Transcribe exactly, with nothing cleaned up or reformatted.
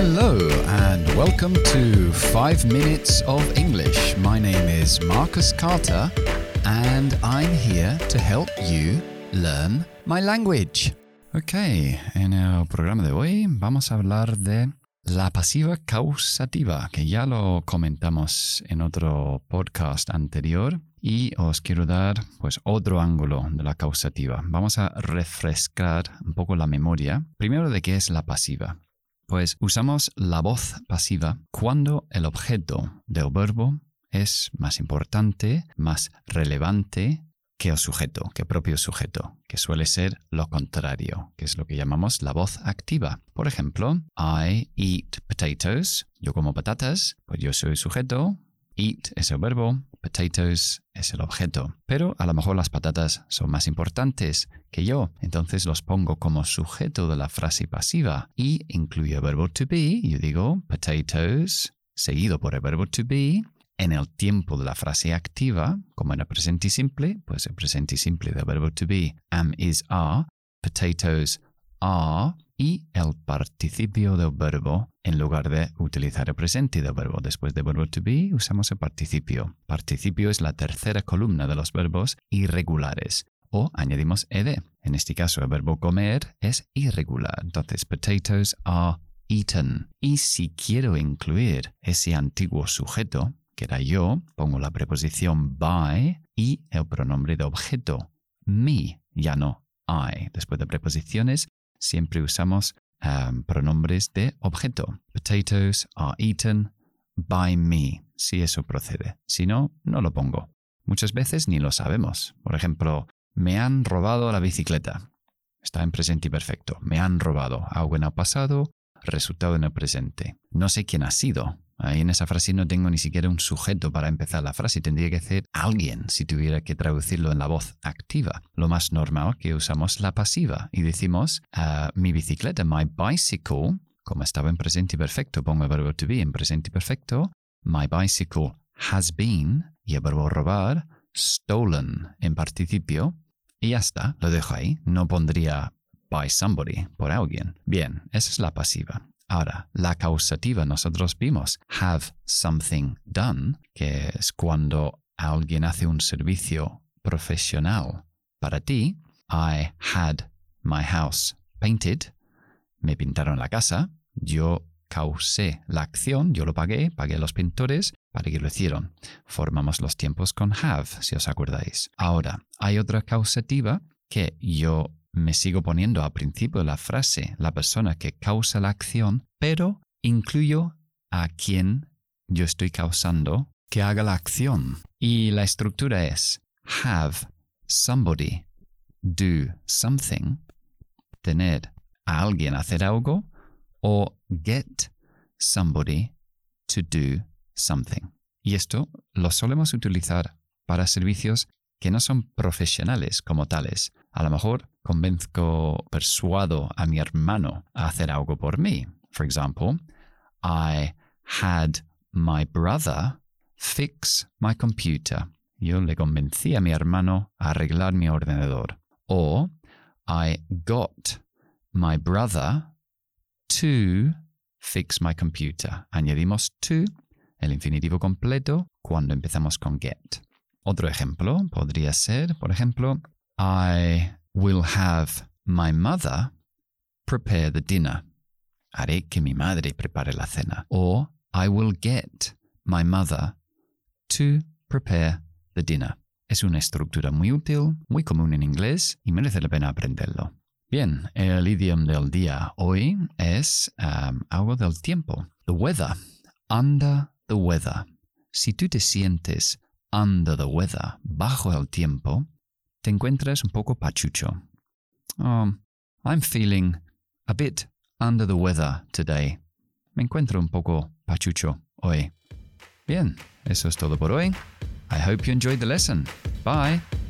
Hello and welcome to five minutes of English. My name is Marcus Carter and I'm here to help you learn my language. Ok, en el programa de hoy vamos a hablar de la pasiva causativa, que ya lo comentamos en otro podcast anterior y os quiero dar pues otro ángulo de la causativa. Vamos a refrescar un poco la memoria. Primero, ¿de qué es la pasiva? Pues usamos la voz pasiva cuando el objeto del verbo es más importante, más relevante que el sujeto, que el propio sujeto, que suele ser lo contrario, que es lo que llamamos la voz activa. Por ejemplo, I eat potatoes. Yo como patatas, pues yo soy el sujeto. Eat es el verbo, potatoes es el objeto. Pero a lo mejor las patatas son más importantes que yo, entonces los pongo como sujeto de la frase pasiva y incluyo el verbo to be. Yo digo potatoes, seguido por el verbo to be. En el tiempo de la frase activa, como en el presente simple, pues el presente simple del verbo to be, am, is, are, potatoes are, y el participio del verbo, en lugar de utilizar el presente del verbo. Después del verbo to be, usamos el participio. Participio es la tercera columna de los verbos irregulares, o añadimos ed. En este caso, el verbo comer es irregular. Entonces, potatoes are eaten. Y si quiero incluir ese antiguo sujeto, que era yo, pongo la preposición by y el pronombre de objeto, me, ya no I. Después de preposiciones, siempre usamos um, pronombres de objeto. Potatoes are eaten by me, si eso procede. Si no, no lo pongo. Muchas veces ni lo sabemos. Por ejemplo, me han robado la bicicleta. Está en presente perfecto. Me han robado. Algo en el pasado, resultado en el presente. No sé quién ha sido. Ahí en esa frase no tengo ni siquiera un sujeto para empezar la frase. Tendría que ser alguien si tuviera que traducirlo en la voz activa. Lo más normal que usamos la pasiva y decimos uh, mi bicicleta, my bicycle, como estaba en presente perfecto, pongo el verbo to be en presente perfecto. My bicycle has been, y el verbo robar, stolen en participio. Y ya está, lo dejo ahí. No pondría by somebody, por alguien. Bien, esa es la pasiva. Ahora, la causativa nosotros vimos have something done, que es cuando alguien hace un servicio profesional para ti. I had my house painted. Me pintaron la casa. Yo causé la acción. Yo lo pagué. Pagué a los pintores para que lo hicieron. Formamos los tiempos con have, si os acordáis. Ahora, hay otra causativa que yo me sigo poniendo al principio de la frase la persona que causa la acción, pero incluyo a quien yo estoy causando que haga la acción. Y la estructura es have somebody do something, tener a alguien hacer algo, o get somebody to do something. Y esto lo solemos utilizar para servicios que no son profesionales como tales. A lo mejor convenzco, persuado a mi hermano a hacer algo por mí. For example, I had my brother fix my computer. Yo le convencí a mi hermano a arreglar mi ordenador. O I got my brother to fix my computer. Añadimos to, el infinitivo completo, cuando empezamos con get. Otro ejemplo podría ser, por ejemplo, I will have my mother prepare the dinner. Haré que mi madre prepare la cena. O I will get my mother to prepare the dinner. Es una estructura muy útil, muy común en inglés y merece la pena aprenderlo. Bien, el idioma del día hoy es um, algo del tiempo. The weather. Under the weather. Si tú te sientes under the weather, bajo el tiempo, te encuentras un poco pachucho. Oh, I'm feeling a bit under the weather today. Me encuentro un poco pachucho hoy. Bien, eso es todo por hoy. I hope you enjoyed the lesson. Bye.